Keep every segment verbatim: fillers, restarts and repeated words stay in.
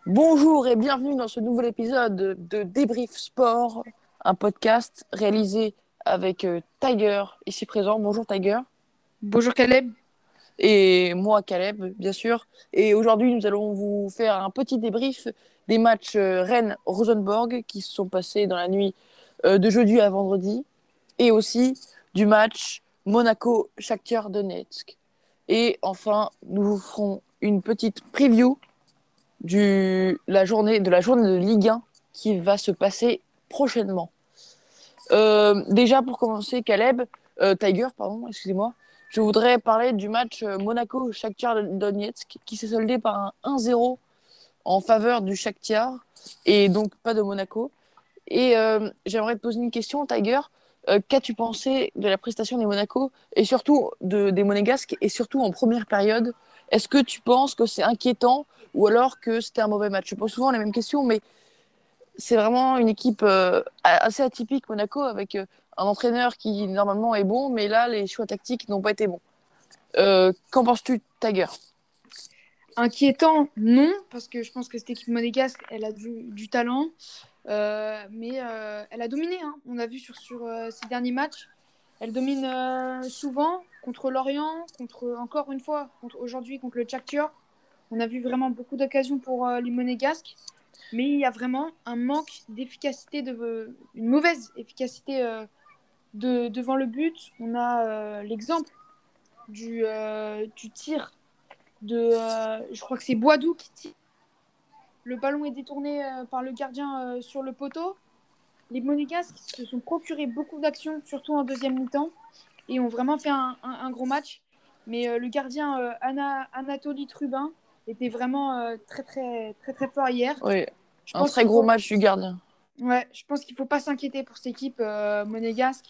Bonjour et bienvenue dans ce nouvel épisode de Débrief Sport, un podcast réalisé avec euh, Tiger, ici présent. Bonjour Tiger. Bonjour Caleb. Et moi Caleb, bien sûr. Et aujourd'hui, nous allons vous faire un petit débrief des matchs euh, Rennes-Rosenborg qui se sont passés dans la nuit euh, de jeudi à vendredi et aussi du match Monaco-Shakhtar Donetsk. Et enfin, nous vous ferons une petite preview du, la journée, de la journée de Ligue un qui va se passer prochainement. Euh, déjà, pour commencer, Caleb, euh, Tiger, pardon, excusez-moi, je voudrais parler du match euh, Monaco-Shakhtar Donetsk qui s'est soldé par un un zéro en faveur du Shakhtar et donc pas de Monaco. Et euh, j'aimerais te poser une question, Tiger. Euh, qu'as-tu pensé de la prestation des Monaco et surtout de, des Monégasques et surtout en première période? Est-ce que tu penses que c'est inquiétant ou alors que c'était un mauvais match? Je pose souvent les mêmes questions, mais c'est vraiment une équipe euh, assez atypique, Monaco, avec euh, un entraîneur qui normalement est bon, mais là, les choix tactiques n'ont pas été bons. Euh, qu'en penses-tu, Tiger? Inquiétant, non, parce que je pense que cette équipe monégasque, elle a du, du talent, euh, mais euh, elle a dominé, hein. On a vu sur, sur euh, ces derniers matchs, elle domine euh, souvent contre l'Orient, contre encore une fois, contre, aujourd'hui contre le Shakhtar. On a vu vraiment beaucoup d'occasions pour euh, les monégasques, mais il y a vraiment un manque d'efficacité, de, une mauvaise efficacité euh, de, devant le but. On a euh, l'exemple du, euh, du tir de, euh, je crois que c'est Boadou qui tire. Le ballon est détourné euh, par le gardien euh, sur le poteau. Les Monégasques se sont procurés beaucoup d'actions, surtout en deuxième mi-temps, et ont vraiment fait un, un, un gros match. Mais euh, le gardien euh, Anna, Anatoly Trubin était vraiment euh, très, très, très, très fort hier. Oui, Je un pense très qu'il gros faut, match du gardien. ouais, je pense qu'il faut pas s'inquiéter pour cette équipe euh, monégasque.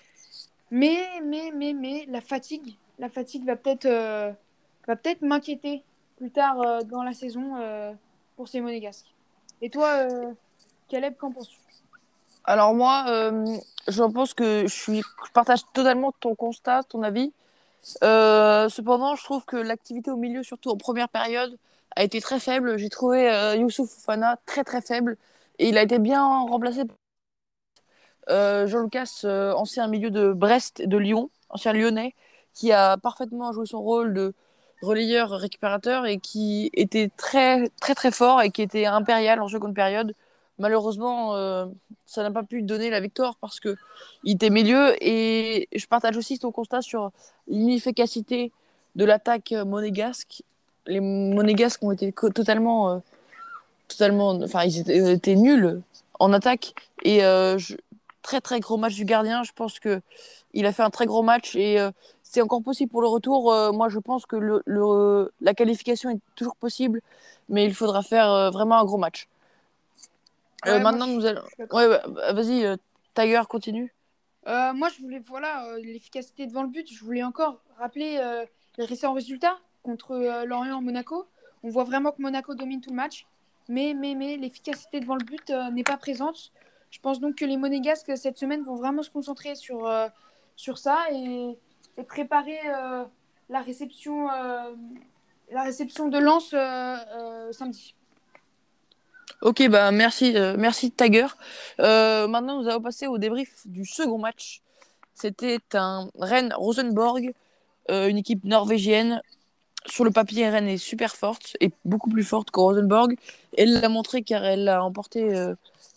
Mais, mais, mais, mais, la fatigue, la fatigue va peut-être, euh, va peut-être m'inquiéter plus tard euh, dans la saison euh, pour ces Monégasques. Et toi, euh, Caleb, qu'en penses-tu? Alors moi, euh, je pense que je, suis, je partage totalement ton constat, ton avis. Euh, cependant, je trouve que l'activité au milieu, surtout en première période, a été très faible. J'ai trouvé euh, Youssouf Fofana très très faible et il a été bien remplacé par euh, Jean Lucas, euh, ancien milieu de Brest et de Lyon, ancien lyonnais, qui a parfaitement joué son rôle de relayeur récupérateur et qui était très très très fort et qui était impérial en seconde période. Malheureusement, euh, ça n'a pas pu donner la victoire parce que il était milieu et je partage aussi ton constat sur l'inefficacité de l'attaque monégasque. Les monégasques ont été co- totalement, euh, totalement, enfin ils étaient, euh, étaient nuls en attaque et euh, je- très très gros match du gardien. Je pense que il a fait un très gros match et euh, c'est encore possible pour le retour. Euh, moi, je pense que le, le- la qualification est toujours possible, mais il faudra faire euh, vraiment un gros match. Euh, Ouais, moi, je maintenant, nous suis allons. je suis d'accord. Ouais, ouais, vas-y, euh, Tiger, continue. Euh, moi, je voulais, voilà, euh, l'efficacité devant le but. Je voulais encore rappeler euh, les récents résultats contre euh, Lorient et Monaco. On voit vraiment que Monaco domine tout le match. Mais, mais, mais l'efficacité devant le but euh, n'est pas présente. Je pense donc que les Monégasques, cette semaine, vont vraiment se concentrer sur, euh, sur ça et, et préparer euh, la réception, euh, la réception de Lens euh, euh, samedi. Ok, bah merci, euh, merci Tiger. Euh, maintenant, nous allons passer au débrief du second match. C'était un Rennes-Rosenborg, euh, une équipe norvégienne. Sur le papier, Rennes est super forte et beaucoup plus forte que Rosenborg. Elle l'a montré car elle a emporté euh,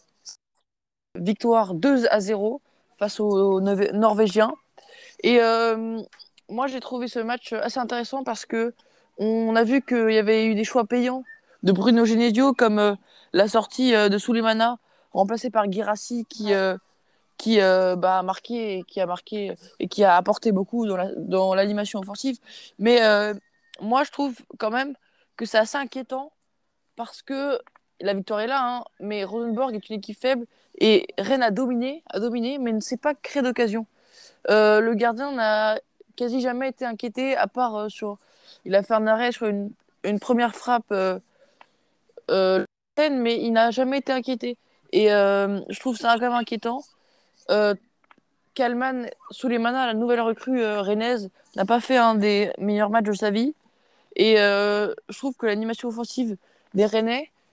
victoire deux à zéro face aux Norvégiens. Et euh, moi, j'ai trouvé ce match assez intéressant parce que on a vu qu'il y avait eu des choix payants de Bruno Genesio, comme euh, la sortie euh, de Souleymana, remplacé par Guirassy, qui, Ouais. euh, qui euh, bah, a marqué, et qui a marqué et qui a apporté beaucoup dans, la, dans l'animation offensive. Mais euh, moi, je trouve quand même que c'est assez inquiétant parce que la victoire est là, hein, mais Rosenborg est une équipe faible et Rennes a dominé, a dominé, mais ne s'est pas créé d'occasion. Euh, le gardien n'a quasi jamais été inquiété, à part euh, sur. Il a fait un arrêt sur une, une première frappe, euh, euh, mais il n'a jamais été inquiété. Et euh, je trouve ça quand même inquiétant. Euh, Kalman Souleymana, la nouvelle recrue euh, rennaise, n'a pas fait un des meilleurs matchs de sa vie. Et euh, je trouve que l'animation offensive des Rennais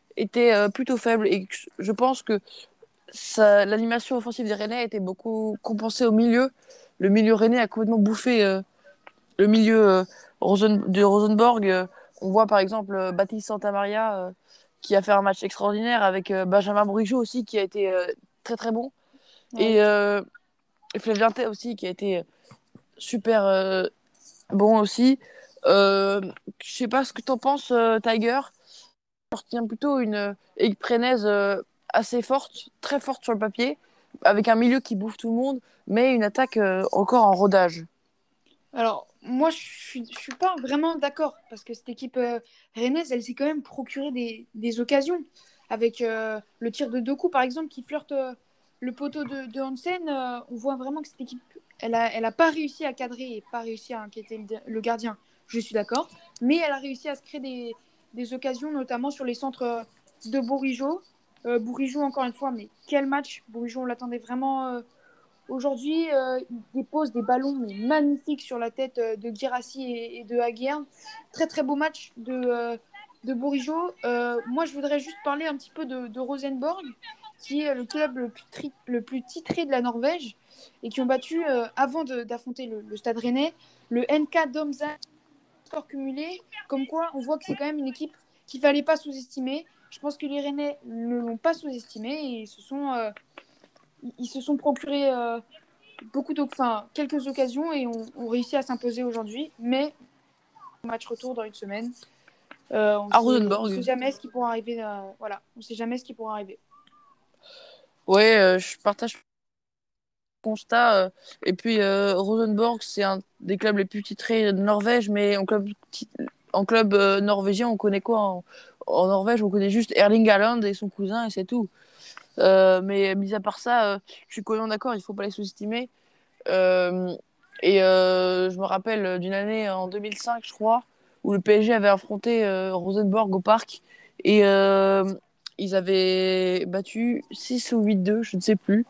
était euh, plutôt faible. Et je pense que ça, l'animation offensive des Rennais a été beaucoup compensée au milieu. Le milieu rennais a complètement bouffé euh, le milieu euh, Rosen, de Rosenborg. Euh, on voit par exemple euh, Baptiste Santamaria euh, qui a fait un match extraordinaire avec euh, Benjamin Bourigeaud aussi qui a été euh, très très bon. Ouais. Et, euh, et Flavien Tay aussi qui a été super euh, bon aussi. Euh, je sais pas ce que t'en penses, euh, Tiger. On retient plutôt une équipe rennaise euh, assez forte, très forte sur le papier, avec un milieu qui bouffe tout le monde, mais une attaque euh, encore en rodage. Alors, moi, je suis, je suis pas vraiment d'accord parce que cette équipe euh, rennaise, elle s'est quand même procuré des, des occasions. Avec euh, le tir de Doku, par exemple, qui flirte euh, le poteau de, de Hansen, euh, on voit vraiment que cette équipe, elle a, elle a pas réussi à cadrer et pas réussi à inquiéter le, le gardien. Je suis d'accord. Mais elle a réussi à se créer des, des occasions, notamment sur les centres euh, de Bourigeaud. Euh, Bourigeaud, encore une fois, mais quel match! Bourigeaud, on l'attendait vraiment. Euh, Aujourd'hui, euh, il dépose des ballons mais magnifiques sur la tête euh, de Guirassy et, et de Aguerd. Très très beau match de, euh, de Bourigeaud. Euh, moi, je voudrais juste parler un petit peu de, de Rosenborg, qui est le club le plus, tri- le plus titré de la Norvège et qui ont battu, euh, avant de- d'affronter le, le Stade Rennais, le N K Domza score cumulé. Comme quoi, on voit que c'est quand même une équipe qu'il ne fallait pas sous-estimer. Je pense que les Rennais ne l'ont pas sous-estimé et ils se sont, euh, ils se sont procurés euh, beaucoup de, enfin, quelques occasions et ont, ont réussi à s'imposer aujourd'hui. Mais match retour dans une semaine, euh, on À sait, on sait Rosenborg. jamais ce qui pourra arriver. Euh, voilà, on sait jamais ce qui pourra arriver. Ouais, euh, je partage le constat. euh, et puis, euh, Rosenborg, c'est un des clubs les plus titrés de Norvège, mais en club, tit- en club euh, norvégien, on connaît quoi en, en Norvège, on connaît juste Erling Haaland et son cousin, et c'est tout. Euh, mais mis à part ça, euh, je suis complètement d'accord, il faut pas les sous-estimer. Euh, et euh, je me rappelle d'une année en deux mille cinq, je crois, où le P S G avait affronté euh, Rosenborg au parc. Et euh, ils avaient battu six ou huit deux, je ne sais plus.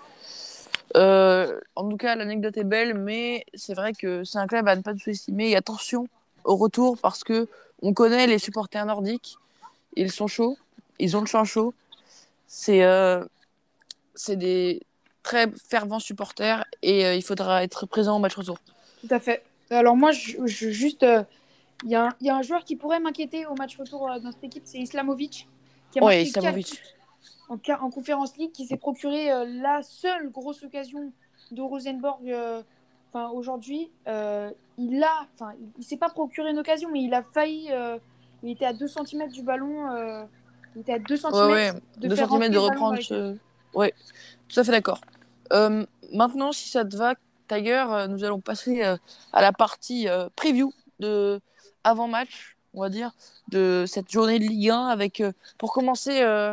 Euh, en tout cas, l'anecdote est belle, mais c'est vrai que c'est un club à ne pas sous-estimer. Et attention au retour, parce que on connaît les supporters nordiques. Ils sont chauds, ils ont le champ chaud. C'est euh, c'est des très fervents supporters et euh, il faudra être présent au match retour. Tout à fait. Alors moi, je, je- juste, euh, il y, a un- il y a un joueur qui pourrait m'inquiéter au match retour euh, dans cette équipe, c'est Islamovic, qui a Ouais, marqué quatre buts Islamovic. en, ca- en Conférence League, qui s'est procuré euh, la seule grosse occasion de Rosenborg. euh, Enfin, aujourd'hui, euh, il a, enfin, il, il s'est pas procuré une occasion, mais il a failli. Euh, il était à deux centimètres du ballon. Euh, il était à deux Ouais, ouais, centimètres de deux faire centimètres rentrer de le ballon dans reprendre les cages. ce. Ouais, tout à fait d'accord. Euh, maintenant, si ça te va, Tiger, euh, nous allons passer euh, à la partie euh, preview de avant-match, on va dire, de cette journée de Ligue un avec, euh, pour commencer, euh,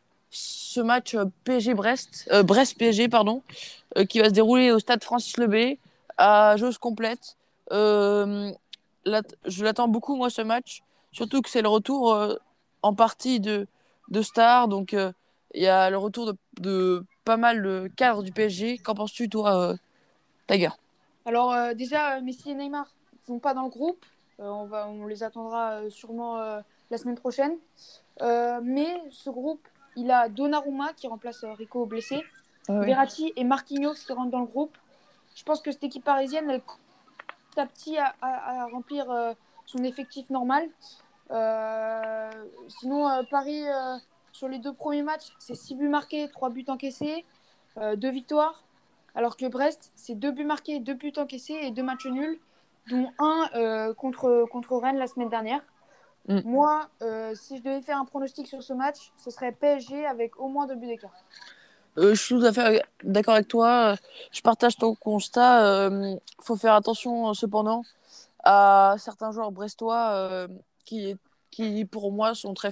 ce match euh, P S G-Brest, euh, Brest-P S G, pardon, euh, qui va se dérouler au stade Francis Lebé, à jauge complète. Euh, là, je l'attends beaucoup, moi, ce match, surtout que c'est le retour euh, en partie de, de stars, donc euh, il y a le retour de, de pas mal de cadres du P S G. Qu'en penses-tu, toi, euh, Tiger? Alors euh, déjà, euh, Messi et Neymar ne sont pas dans le groupe. Euh, on va, on les attendra euh, sûrement euh, la semaine prochaine. Euh, mais ce groupe, il a Donnarumma qui remplace euh, Rico blessé, Ouais, ouais. Verratti et Marquinhos qui rentrent dans le groupe. Je pense que cette équipe parisienne, elle petit à petit à, à- à remplir euh, son effectif normal. Euh, sinon, euh, Paris, euh, sur les deux premiers matchs, c'est six buts marqués, trois buts encaissés, euh, deux victoires. Alors que Brest, c'est deux buts marqués, deux buts encaissés et deux matchs nuls, dont un euh, contre, contre Rennes la semaine dernière. Mm. Moi, euh, si je devais faire un pronostic sur ce match, ce serait P S G avec au moins deux buts d'écart. Euh, je suis tout à fait d'accord avec toi. Je partage ton constat. Il faut faire attention, euh, cependant, à certains joueurs brestois euh, qui, qui, pour moi, sont très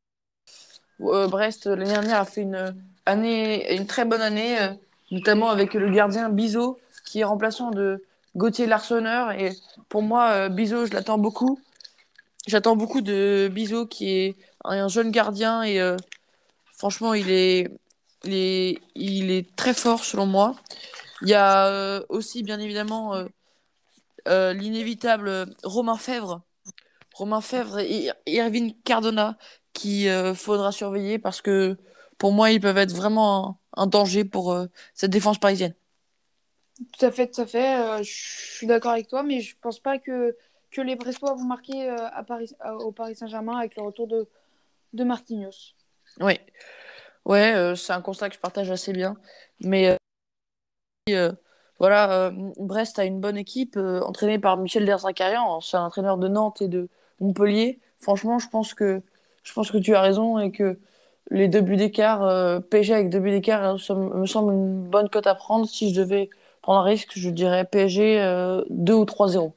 Euh, Brest, l'année dernière, a fait une année, une très bonne année, euh, notamment avec le gardien Bizot, qui est remplaçant de Gauthier Larsonneur. Et pour moi, euh, Bizot, je l'attends beaucoup. J'attends beaucoup de Bizot, qui est un jeune gardien. Et euh, franchement, il est, il est, il est très fort, selon moi. Il y a euh, aussi, bien évidemment, euh, euh, l'inévitable Romain Fèvre. Romain Fèvre et Irvine Cardona, qu'il euh, faudra surveiller parce que pour moi, ils peuvent être vraiment un, un danger pour euh, cette défense parisienne. Tout à fait, tout à fait. Euh, je suis d'accord avec toi, mais je pense pas que, que les Brestois vont marquer euh, à Paris, à- au Paris Saint-Germain avec le retour de, de Marquinhos. Oui, ouais, euh, c'est un constat que je partage assez bien. Mais euh, euh, voilà, euh, Brest a une bonne équipe euh, entraînée par Michel Derzakarian. C'est un entraîneur de Nantes et de Montpellier. Franchement, je pense que, je pense que tu as raison et que les deux buts d'écart, euh, P S G avec deux buts d'écart, euh, ça me semble une bonne cote à prendre. Si je devais prendre un risque, je dirais P S G euh, deux ou trois zéro.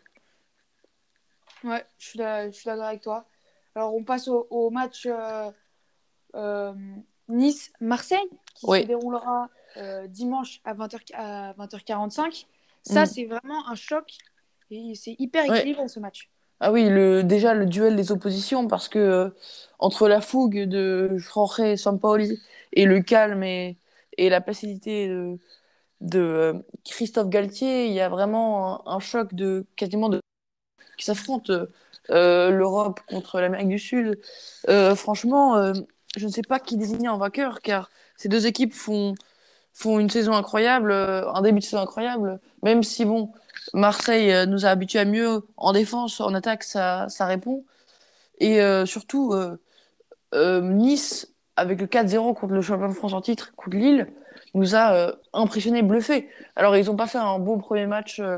Ouais, je suis d'a- je suis d'accord avec toi. Alors, on passe au, au match euh, euh, Nice-Marseille qui se Oui. déroulera euh, dimanche à vingt heures, à vingt heures quarante-cinq. Ça, Mm. c'est vraiment un choc et c'est hyper Ouais. équilibré ce match. Ah oui, le, déjà le duel des oppositions, parce que euh, entre la fougue de Jorge Sampaoli et le calme et, et la placidité de, de euh, Christophe Galtier, il y a vraiment un, un choc de quasiment de qui s'affrontent euh, euh, l'Europe contre l'Amérique du Sud. Euh, franchement, euh, je ne sais pas qui désigner en vainqueur, car ces deux équipes font font une saison incroyable, euh, un début de saison incroyable, même si bon, Marseille euh, nous a habitués à mieux en défense, en attaque, ça, ça répond. Et euh, surtout, euh, euh, Nice, avec le quatre zéro contre le champion de France en titre, contre Lille, nous a euh, impressionné, bluffé. Alors, ils n'ont pas fait un bon premier match euh,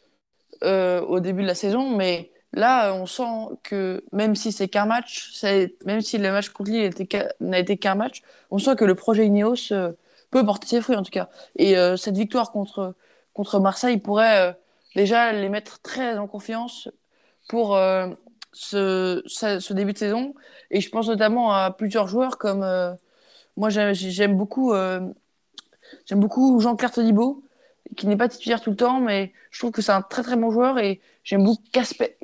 euh, au début de la saison, mais là, on sent que même si c'est qu'un match, c'est- même si le match contre Lille était qu'un- n'a été qu'un match, on sent que le projet Ineos euh, peut porter ses fruits en tout cas. Et euh, cette victoire contre, contre Marseille pourrait euh, déjà les mettre très en confiance pour euh, ce, ce, ce début de saison. Et je pense notamment à plusieurs joueurs comme euh, moi j'aime j'aime beaucoup euh, j'aime beaucoup Jean-Claire Todibo, qui n'est pas titulaire tout le temps, mais je trouve que c'est un très très bon joueur et j'aime beaucoup Casper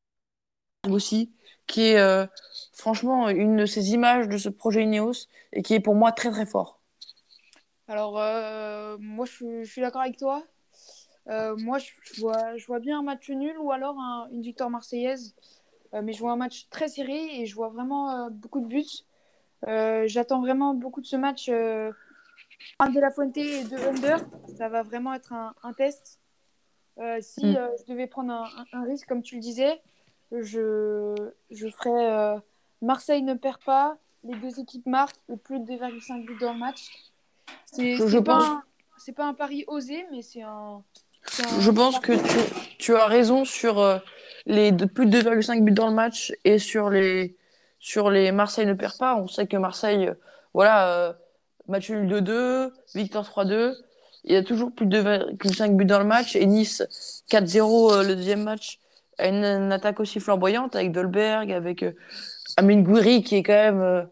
aussi, qui est euh, franchement une de ces images de ce projet Ineos et qui est pour moi très très fort. Alors, euh, moi, je, suis- je suis d'accord avec toi. Euh, moi, je, je vois, je vois bien un match nul ou alors un- une victoire marseillaise. Euh, mais je vois un match très serré et je vois vraiment euh, beaucoup de buts. Euh, j'attends vraiment beaucoup de ce match. Euh, un de la Fuente et deux Under. Ça va vraiment être un, un test. Euh, si Mm. euh, je devais prendre un, un- un risque, comme tu le disais, je, je ferais euh, Marseille ne perd pas, les deux équipes marquent et plus de deux virgule cinq buts dans le match. C'est Je, je c'est pas pense, un, c'est pas un pari osé, mais c'est un, c'est je un pense pari. que tu, tu as raison sur euh, les de, plus de deux virgule cinq buts dans le match et sur les, sur les Marseille ne perd pas. On sait que Marseille, euh, voilà, euh, match nul deux deux, victoire trois deux. Il y a toujours plus de deux virgule cinq buts dans le match. Et Nice, quatre zéro euh, le deuxième match, a une, une attaque aussi flamboyante avec Dolberg, avec euh, Amine Gouiri qui est quand même, euh,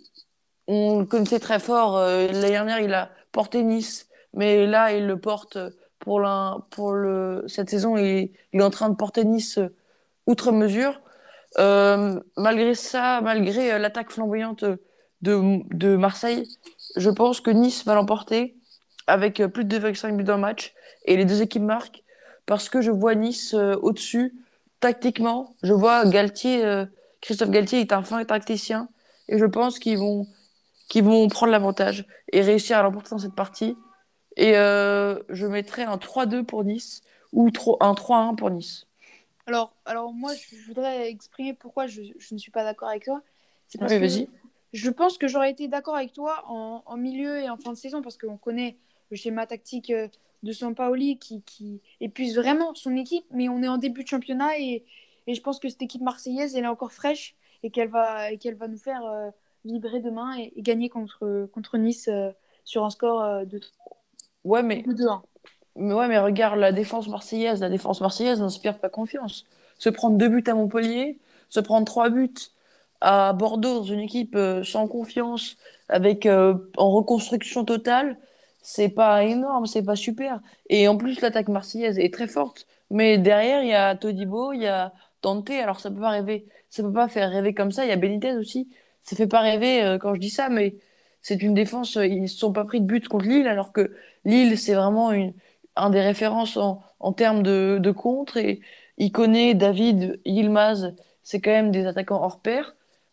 on le connaissait très fort. Euh, l'année dernière, il a porté Nice, mais là, il le porte pour, l'un- pour le, cette saison. Il, il est en train de porter Nice euh, outre mesure. Euh, malgré ça, malgré euh, l'attaque flamboyante de, de Marseille, je pense que Nice va l'emporter avec euh, plus de deux virgule cinq buts dans le match et les deux équipes marquent parce que je vois Nice euh, au-dessus tactiquement. Je vois Galtier, euh, Christophe Galtier est un fin tacticien et je pense qu'ils vont qu'ils vont prendre l'avantage et réussir à l'emporter dans cette partie. Et euh, je mettrai un trois deux pour Nice ou tro- un trois un pour Nice. Alors, alors moi, je voudrais exprimer pourquoi je, je ne suis pas d'accord avec toi. C'est parce Oui, que vas-y. je pense que j'aurais été d'accord avec toi en, en milieu et en fin de saison parce qu'on connaît le schéma tactique euh, de Sampaoli qui, qui épuise vraiment son équipe, mais on est en début de championnat et, et je pense que cette équipe marseillaise, elle est encore fraîche et qu'elle va, et qu'elle va nous faire euh, vibrer demain et, et gagner contre, contre Nice euh, sur un score euh, de, Ouais, mais de deux un. Mais ouais, mais regarde la défense marseillaise. La défense marseillaise n'inspire pas confiance. Se prendre deux buts à Montpellier, se prendre trois buts à Bordeaux dans une équipe euh, sans confiance, avec euh, en reconstruction totale, c'est pas énorme, c'est pas super. Et en plus, l'attaque marseillaise est très forte. Mais derrière, il y a Todibo, il y a Dante. Alors ça peut pas rêver, ça peut pas faire rêver comme ça. Il y a Benitez aussi. Ça fait pas rêver euh, quand je dis ça, mais c'est une défense. euh, Ils se sont pas pris de but contre Lille, alors que Lille, c'est vraiment une un des références en, en termes de, de contre et il connaît David, Yilmaz, c'est quand même des attaquants hors pair.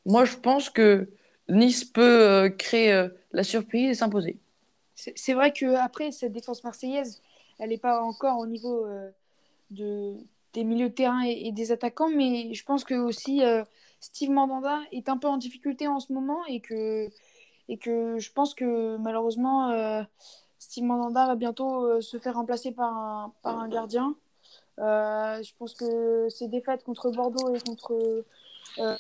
Moi, je pense que Nice peut euh, créer euh, la surprise et s'imposer. C'est c'est vrai que après cette défense marseillaise, elle n'est pas encore au niveau euh, de, des milieux de terrain et, et des attaquants, mais je pense que aussi euh, Steve Mandanda est un peu en difficulté en ce moment et que, et que je pense que malheureusement euh, Steve Mandanda va bientôt euh, se faire remplacer par un, par un gardien. Euh, je pense que ces défaites contre Bordeaux et contre euh,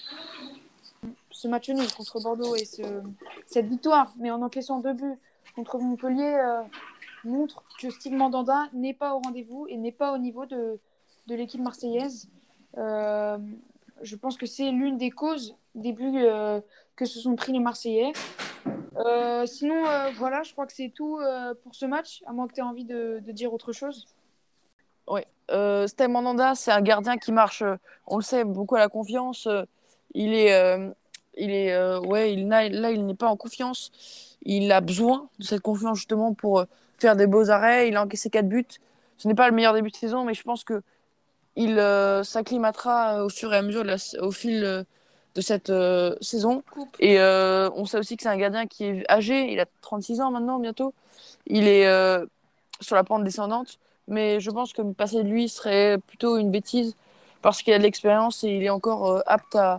ce match nul contre Bordeaux et ce, cette victoire, mais en encaissant deux buts contre Montpellier, euh, montre que Steve Mandanda n'est pas au rendez-vous et n'est pas au niveau de, de l'équipe marseillaise. Euh, je pense que c'est l'une des causes des buts euh, que se sont pris les Marseillais. Euh, sinon, euh, voilà, je crois que c'est tout euh, pour ce match, à moins que tu aies envie de, de dire autre chose. Ouais. Euh, Steve Mandanda, c'est un gardien qui marche, euh, on le sait, beaucoup à la confiance. Euh, il est, euh, il est, euh, ouais, il n'a- là, il n'est pas en confiance. Il a besoin de cette confiance justement pour euh, faire des beaux arrêts. Il a encaissé quatre buts. Ce n'est pas le meilleur début de saison, mais je pense que il euh, s'acclimatera euh, au fur et à mesure de la- au fil euh, de cette euh, saison. Coupe. Et euh, on sait aussi que c'est un gardien qui est âgé. Il a trente-six ans maintenant, bientôt. Il est euh, sur la pente descendante. Mais je pense que passer de lui serait plutôt une bêtise parce qu'il a de l'expérience et il est encore euh, apte à,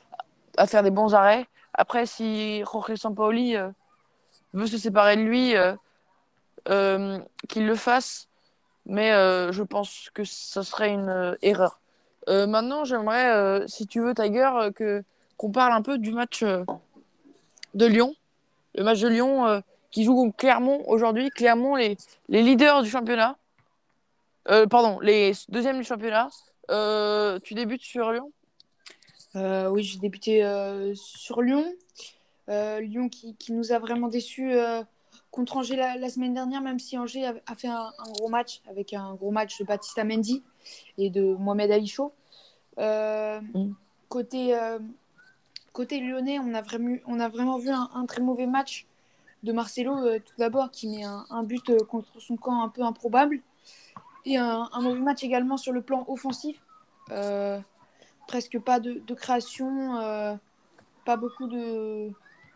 à faire des bons arrêts. Après, si Jorge Sampaoli euh, veut se séparer de lui, euh, euh, qu'il le fasse. Mais euh, je pense que ce serait une euh, erreur. Euh, maintenant, j'aimerais, euh, si tu veux, Tiger, euh, que qu'on parle un peu du match euh, de Lyon. Le match de Lyon euh, qui joue contre Clermont aujourd'hui. Clermont, les, les leaders du championnat. Euh, pardon, les deuxièmes du championnat. Euh, tu débutes sur Lyon? Euh, oui, j'ai débuté euh, sur Lyon. Euh, Lyon qui, qui nous a vraiment déçus euh, contre Angers la, la semaine dernière, même si Angers a, a fait un, un gros match avec un gros match de Baptiste Mendy et de Mohamed Ali Chaud. Euh, Mm. côté, euh, côté lyonnais, on a vraiment, on a vraiment vu un, un très mauvais match de Marcelo, euh, tout d'abord, qui met un, un but euh, contre son camp un peu improbable. Et un, un mauvais match également sur le plan offensif. Euh, presque pas de, de création, euh, pas beaucoup de,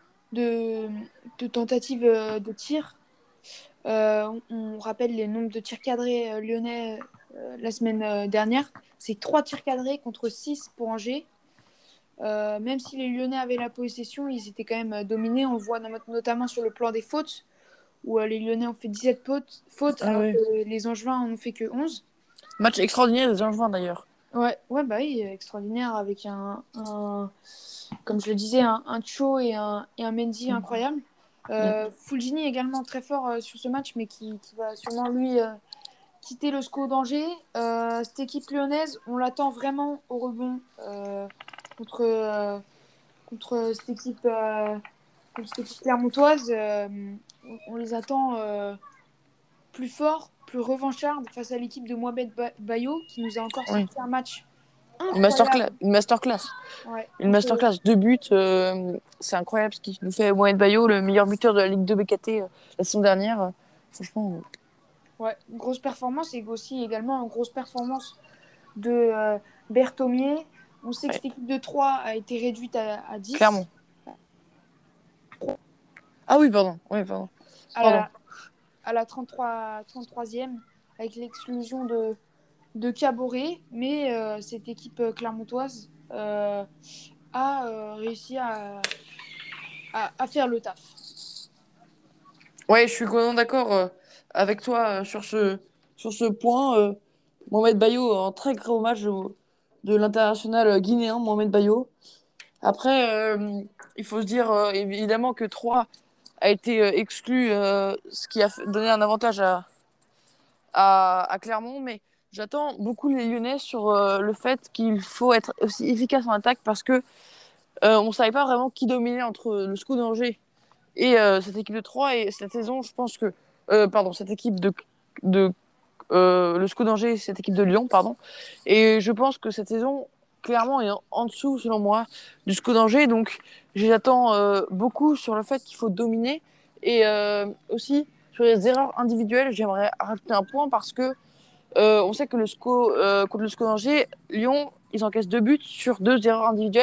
de, de tentatives euh, de tir. Euh, on, on rappelle les nombres de tirs cadrés euh, lyonnais euh, la semaine euh, dernière. C'est trois tirs cadrés contre six pour Angers. Euh, même si les Lyonnais avaient la possession, ils étaient quand même euh, dominés. On le voit no- notamment sur le plan des fautes, où euh, les Lyonnais ont fait dix-sept fautes, fautes Ah alors ouais. que les Angevins en ont fait que onze. Match extraordinaire des Angevins d'ailleurs. Ouais, ouais, bah oui, extraordinaire avec un, un- comme je le disais, un, un Cho et un, et un Mendy Mm. incroyable. Mm. Euh, Fulgini également très fort euh, sur ce match, mais qui, qui va sûrement lui euh, quitter le S C O d'Angers. Euh, cette équipe lyonnaise, on l'attend vraiment au rebond euh, contre, euh, contre cette équipe, euh, contre cette équipe clermontoise. Euh, on, on les attend euh, plus forts, plus revanchards face à l'équipe de Mohamed Ba- Bayo, qui nous a encore Oui. sorti un match Une masterclass. incroyable. Une masterclass. Ouais, Une contre, masterclass. Deux buts. Euh, c'est incroyable ce qu'il nous fait Mohamed Bayo, le meilleur buteur de la Ligue deux B K T euh, la saison dernière. Euh, franchement. euh, ouais, une grosse performance et aussi également une grosse performance de euh, Berthomier. On sait que ouais. cette équipe de trois a été réduite à, à dix Clairement. Ah oui, pardon. Oui, pardon. à Pardon. la, à la trente-trois, trente-troisième avec l'exclusion de, de Caboret. Mais euh, cette équipe euh, clermontoise euh, a euh, réussi à, à, à faire le taf. Ouais, je suis complètement d'accord euh, avec toi euh, sur ce, sur ce point. Euh, Mohamed Bayo, un très gros match de, de l'international guinéen, Mohamed Bayo. Après, euh, il faut se dire euh, évidemment que Troyes a été euh, exclu, euh, ce qui a fait- donné un avantage à, à, à Clermont. Mais j'attends beaucoup les Lyonnais sur euh, le fait qu'il faut être aussi efficace en attaque parce que euh, on ne savait pas vraiment qui dominait entre le S C O d'Angers et euh, cette équipe de Troyes. Et cette saison, je pense que. Euh, pardon, cette équipe de. de euh, le S C O d'Angers et cette équipe de Lyon, pardon. Et je pense que cette saison, clairement, est en, en dessous, selon moi, du S C O d'Angers. Donc, j'attends euh, beaucoup sur le fait qu'il faut dominer. Et euh, aussi, sur les erreurs individuelles, j'aimerais rajouter un point parce que euh, on sait que le S C O, euh, contre le S C O d'Angers, Lyon, ils encaissent deux buts sur deux erreurs individuelles.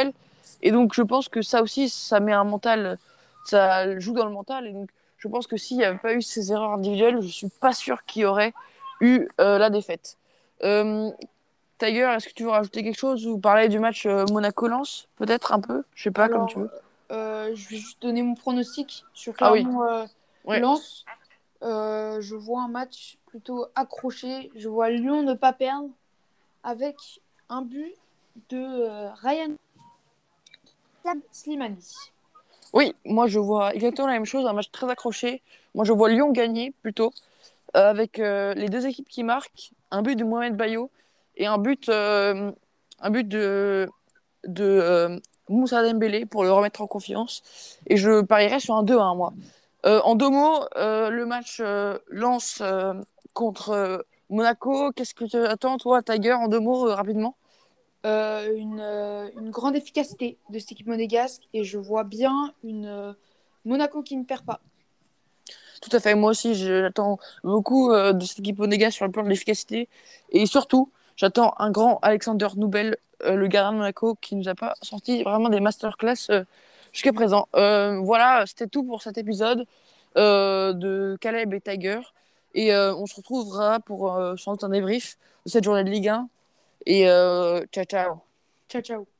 Et donc, je pense que ça aussi, ça met un mental, ça joue dans le mental. Et donc, je pense que s'il n'y avait pas eu ces erreurs individuelles, je ne suis pas sûr qu'il y aurait eu euh, la défaite. Euh, Tiger, est-ce que tu veux rajouter quelque chose ou parler du match euh, Monaco-Lens, peut-être un peu? Je sais pas, comme tu Alors, veux. euh, je vais juste donner mon pronostic sur Ah oui, ouais. Clermont-Lens. Euh, je vois un match plutôt accroché. Je vois Lyon ne pas perdre avec un but de euh, Ryan Slimani. Oui, moi je vois exactement la même chose, un match très accroché. Moi je vois Lyon gagner plutôt, euh, avec euh, les deux équipes qui marquent, un but de Mohamed Bayo et un but, euh, un but de, de euh, Moussa Dembélé pour le remettre en confiance. Et je parierais sur un deux à un, moi. Euh, en deux mots, euh, le match euh, Lens euh, contre euh, Monaco, qu'est-ce que tu attends, toi, Tiger, en deux mots, euh, rapidement? Euh, une, euh, une grande efficacité de cette équipe monégasque et je vois bien une euh, Monaco qui ne perd pas. Tout à fait, moi aussi, j'attends beaucoup euh, de cette équipe Onega sur le plan de l'efficacité. Et surtout, j'attends un grand Alexander Nubel, euh, le gardien de Monaco, qui nous a pas sorti vraiment des masterclass euh, jusqu'à présent. Euh, voilà, c'était tout pour cet épisode euh, de Caleb et Tiger. Et euh, on se retrouvera pour euh, sans doute un débrief de cette journée de Ligue un. Et euh, ciao, ciao. Ciao, ciao.